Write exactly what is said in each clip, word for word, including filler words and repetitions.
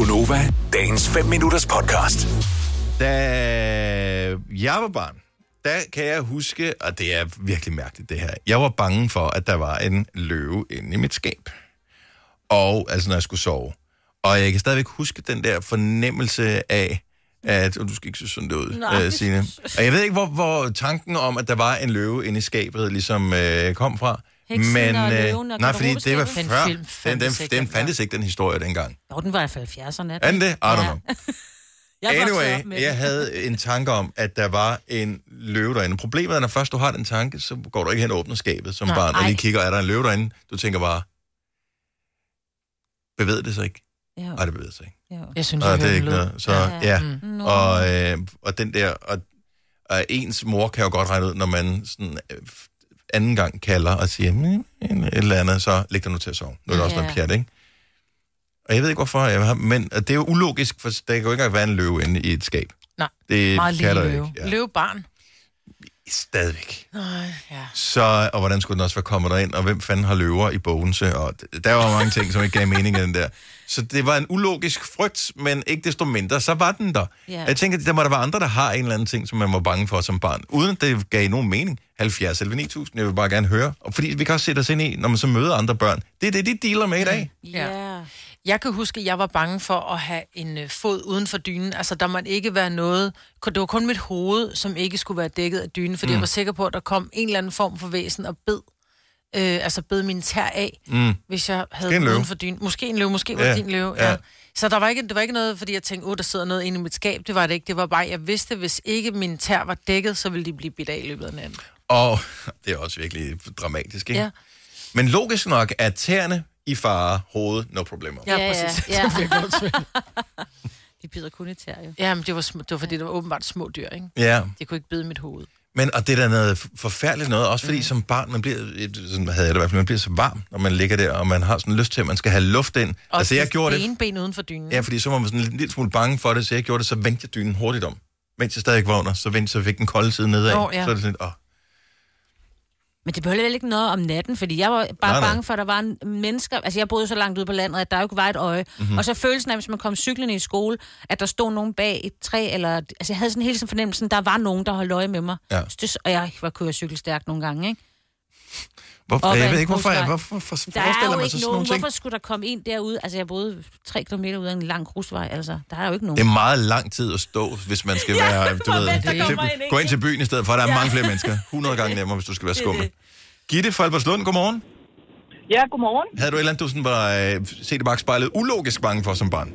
Gunova, dagens fem minutters podcast. Da jeg var barn, der kan jeg huske, og det er virkelig mærkeligt det her, jeg var bange for, at der var en løve inde i mit skab. Og altså, når jeg skulle sove. Og jeg kan stadigvæk huske den der fornemmelse af, at oh, du skal ikke se sådan det ud, uh, Signe. Og jeg ved ikke, hvor, hvor tanken om, at der var en løve inde i skabet, ligesom uh, kom fra. Heksen men, og øh, løven og nej, fordi det var den før. film Den, den, den, den fandtes ikke, den historie dengang. Jo, den var i hvert fald halvfjerdserne. Er den det? I don't know. jeg Anyway, jeg havde en tanke om, at der var en løve derinde. Problemet er, når først du har den tanke, så går du ikke hen og åbner skabet som nej, barn, og ej. lige kigger, er der en løve derinde? Du tænker bare, bevæger det sig ikke? Nej, det bevæger sig ikke. Jo. Jeg synes, Og jeg det er hører ikke en lyd. noget. Så ja, ja. Mm. Og, øh, og den der, og, og ens mor kan jo godt regne ud, når man sådan øh, anden gang kalder og siger, mm, et eller andet, så læg dig nu til at sove. Nu er det også Ja. noget pjat, ikke? Og jeg ved ikke, hvorfor jeg har, men det er jo ulogisk, for der kan jo ikke engang være en løve inde i et skab. Nej, det meget kan lille der løve. ikke. Ja. Løvebarn. Stadigvæk. Nej, ja. Så, og hvordan skulle den også være kommet derind, og hvem fanden har løver i Bogense, og der var mange ting, som ikke gav mening i den der. Så det var en ulogisk frygt, men ikke desto mindre, så var den der. Ja. Jeg tænker, der må der være andre, der har en eller anden ting, som man var bange for som barn, uden det gav nogen mening. halvfjerds eller ni tusind, jeg vil bare gerne høre. Og fordi vi kan også sætte os ind i, når man så møder andre børn. Det er det, de dealer med i dag. Ja. Jeg kan huske, at jeg var bange for at have en øh, fod uden for dynen. Altså, der måtte ikke være noget... Det var kun mit hoved, som ikke skulle være dækket af dynen, fordi mm. jeg var sikker på, at der kom en eller anden form for væsen og bed, øh, altså bed min tær af, Mm. hvis jeg havde en den løve. uden for dynen. Måske en løve, måske var Ja, det din løve. ja. Ja. Så der var ikke, det var ikke noget, fordi jeg tænkte, åh, oh, der sidder noget inde i mit skab. Det var det ikke. Det var bare, jeg vidste, hvis ikke min tær var dækket, så ville de blive bidt af i løbet af natten. Og det er også virkelig dramatisk, ikke? Ja. Men logisk nok er tæerne i fare, hovedet, no problemer. Ja, Ja, ja, præcis. ja. Det fik jeg også med. De bider kun i tær, jo. Ja, men det var, sm- det var fordi, det var åbenbart små dyr, ikke? Ja. Det kunne ikke bide mit hoved. Men, og det er da noget forfærdeligt noget, også fordi mm. som barn, man bliver, sådan havde jeg det i hvert fald, man bliver så varm, når man ligger der, og man har sådan lyst til, at man skal have luft ind. Og altså, jeg gjorde det det, ene ben uden for dynen. ja, fordi så var man sådan en lille smule bange for det, så jeg gjorde det, så vendte jeg dynen hurtigt om. Mens jeg stadig var under, så vendte så fik den kolde side nedad. Åh, ja. Så er det sådan, åh, Men det behøver heller ikke noget om natten, fordi jeg var bare Nej, nej, nej. bange for, at der var en mennesker... Altså, jeg boede så langt ude på landet, at der jo ikke var et øje. Mm-hmm. Og så følelsen af, hvis man kom cyklende i skole, at der stod nogen bag et træ, eller... Altså, jeg havde sådan hele tiden fornemmelsen, der var nogen, der holdt øje med mig. Ja. Så det, og jeg var kørt cykelstærkt nogle gange, ikke? hvorfor, Op ad jeg ved en ikke, hvorfor, jeg, grusvej. hvorfor, hvorfor Der er forestiller jo man ikke sig sådan nogen... nogle ting? Hvorfor skulle der komme en derude? Altså, jeg boede tre kilometer ud af en lang grusvej, altså. Der er jo ikke nogen. Det er meget lang tid at stå, hvis man skal Ja, være... Du for ved, vent, der til- kommer en, ikke? gå ind til byen i stedet for, der er Ja. mange flere mennesker. hundrede gange nemmere, hvis du skal være Det er skummel. det. Gitte fra Albertslund, godmorgen. Ja, godmorgen. Havde du et eller andet, du sådan var øh, set i bagspejlet ulogisk bange for som barn?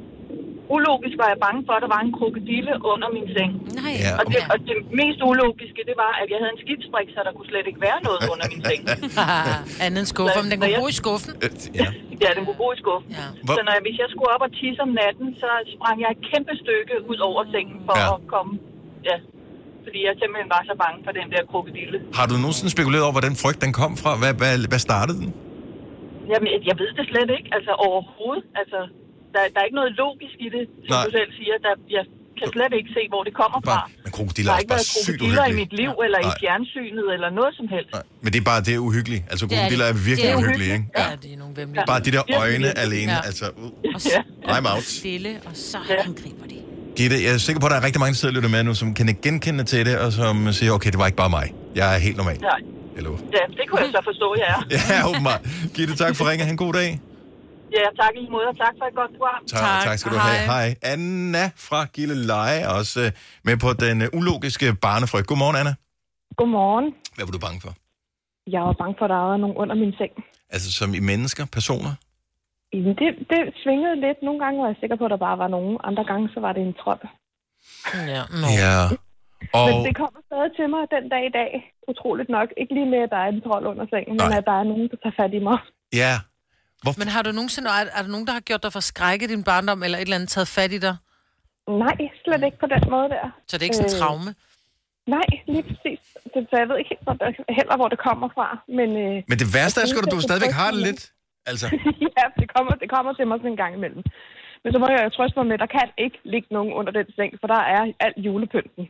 Ulogisk var jeg bange for, at der var en krokodille under min seng. Nej. Ja, Og det, og det mest ulogiske, det var, at jeg havde en skibsbrik, så der kunne slet ikke være noget under min seng. Andet end skuffer, men den kunne bo i skuffen. Øh, ja. Ja, den kunne bo i skuffen. Ja. Hvor- Så når jeg, hvis jeg skulle op og tisse om natten, så sprang jeg et kæmpe stykke ud over sengen for Ja. ja. at komme... Ja, fordi jeg simpelthen var så bange for den der krokodille. Har du nogensinde spekuleret over, hvor den frygt den kom fra? Hvad, hvad, hvad startede den? Jamen, jeg ved det slet ikke. Altså overhovedet. Altså, der, der er ikke noget logisk i det, som Nej. du selv siger. Der, jeg kan slet ikke se, hvor det kommer fra. Bare, men krokodiller Der er har også ikke bare været sygt krokodiller i uhyggelige. mit liv, eller i Nej. fjernsynet, eller noget som helst. Nej, men det er bare, det er uhyggeligt. Altså, er det. krokodiller er virkelig Det er uhyggelige, ikke? Ja, det er nogle vemmelige. Bare de der Virkelig, øjne virkelig. alene, Ja. altså, uh, Og så Ja. I'm out. stille, og så Ja. angriber de. Gitte, jeg er sikker på, at der er rigtig mange, der sidder og lytter med nu, som kan genkende til det, og som siger, okay, det var ikke bare mig. Jeg er helt normal. Nej. Hello. Ja, det kunne jeg så forstå, jeg er. Ja, åbenbart. Gitte, tak for ringen. Ha' en god dag. Ja, tak i lige måde, og tak for et godt program. Tak, Tak, tak skal du hej. have. Hej. Anna fra Gilleleje er også øh, med på den øh, ulogiske barnefrygt. Godmorgen, Anna. Godmorgen. Hvad var du bange for? Jeg var bange for, at der var nogen under min seng. Altså som i mennesker, personer? Jamen, Det, det svingede lidt. Nogle gange var jeg sikker på, at der bare var nogen. Andre gange, så var det en trold. Ja, no. Ja. Og... Men Og det kommer stadig til mig den dag i dag. Utroligt nok. Ikke lige med, at der er en trold under sengen, Nej. men at der er nogen, der tager fat i mig. ja, Men har du nogensinde, er, er der nogen, der har gjort dig for skrække i din barndom, eller et eller andet taget fat i dig? Nej, slet ikke på den måde der. Så det er ikke sådan en Øh, traume? Nej, lige præcis. Det, så jeg ved ikke helt, hvor det, heller, hvor det kommer fra. Men, øh, men det værste er sgu, at du stadigvæk har det lidt. Altså, ja, det kommer, det kommer til mig sådan en gang imellem. Men så må jeg jo trøste mig med, at der kan ikke ligge nogen under den seng, for der er alt julepynten.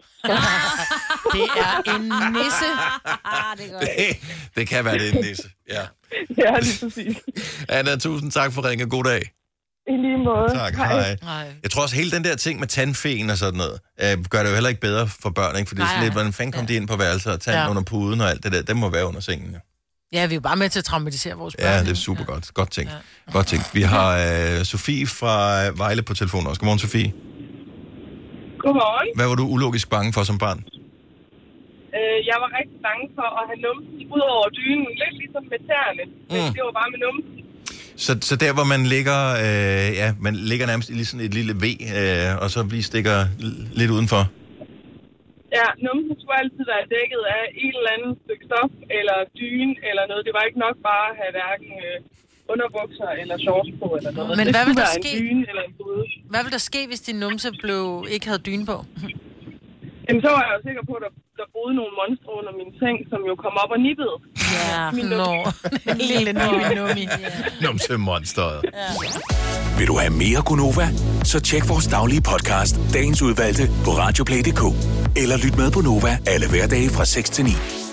Det er en nisse. Ah, det er godt. det, det kan være det en nisse. Ja. Ja, lige præcis. Anna, tusind tak for ringen. God dag. I lige måde. Tak, hej. hej. Jeg tror også, hele den der ting med tandfen og sådan noget, øh, gør det jo heller ikke bedre for børn, ikke? For det er sådan lidt, hvordan fanden kom ja. de ind på værelser og tand ja. under puden og alt det der. Det må være under sengen, ja. Ja, vi er jo bare med til at traumatisere vores børn. Ja, det er super ja. godt. Godt tænkt. Ja. Godt tænkt. Vi har øh, Sofie fra Vejle på telefonen også. Godmorgen, Sofie. Godmorgen. Hvad var du ulogisk bange for som barn? Øh, jeg var rigtig bange for at have numsen ud over dynen. Lidt ligesom med tæerne. Men mm. det var bare med numsen. Så, så der, hvor man ligger, øh, ja, man ligger nærmest i sådan et lille V, øh, og så lige stikker lidt udenfor? Ja, numsen skulle altid være dækket af et eller andet stykke stof, eller dyne, eller noget. Det var ikke nok bare at have hverken øh, underbukser eller shorts på, eller noget. Men det hvad vil der ske? Dyne eller en pude. Hvad vil der ske, hvis din numse blev, ikke havde dyne på? Jamen, så var jeg jo sikker på, at der, der boede nogle monstre under min seng, som jo kom op og nippede. Ja, nå. En lille nummi-nummi. Numse-monsteret. Ja. Vil du have mere Gunova? Så tjek vores daglige podcast, dagens udvalgte, på radioplay punktum d k. Eller lyt med på Nova alle hverdage fra seks til ni.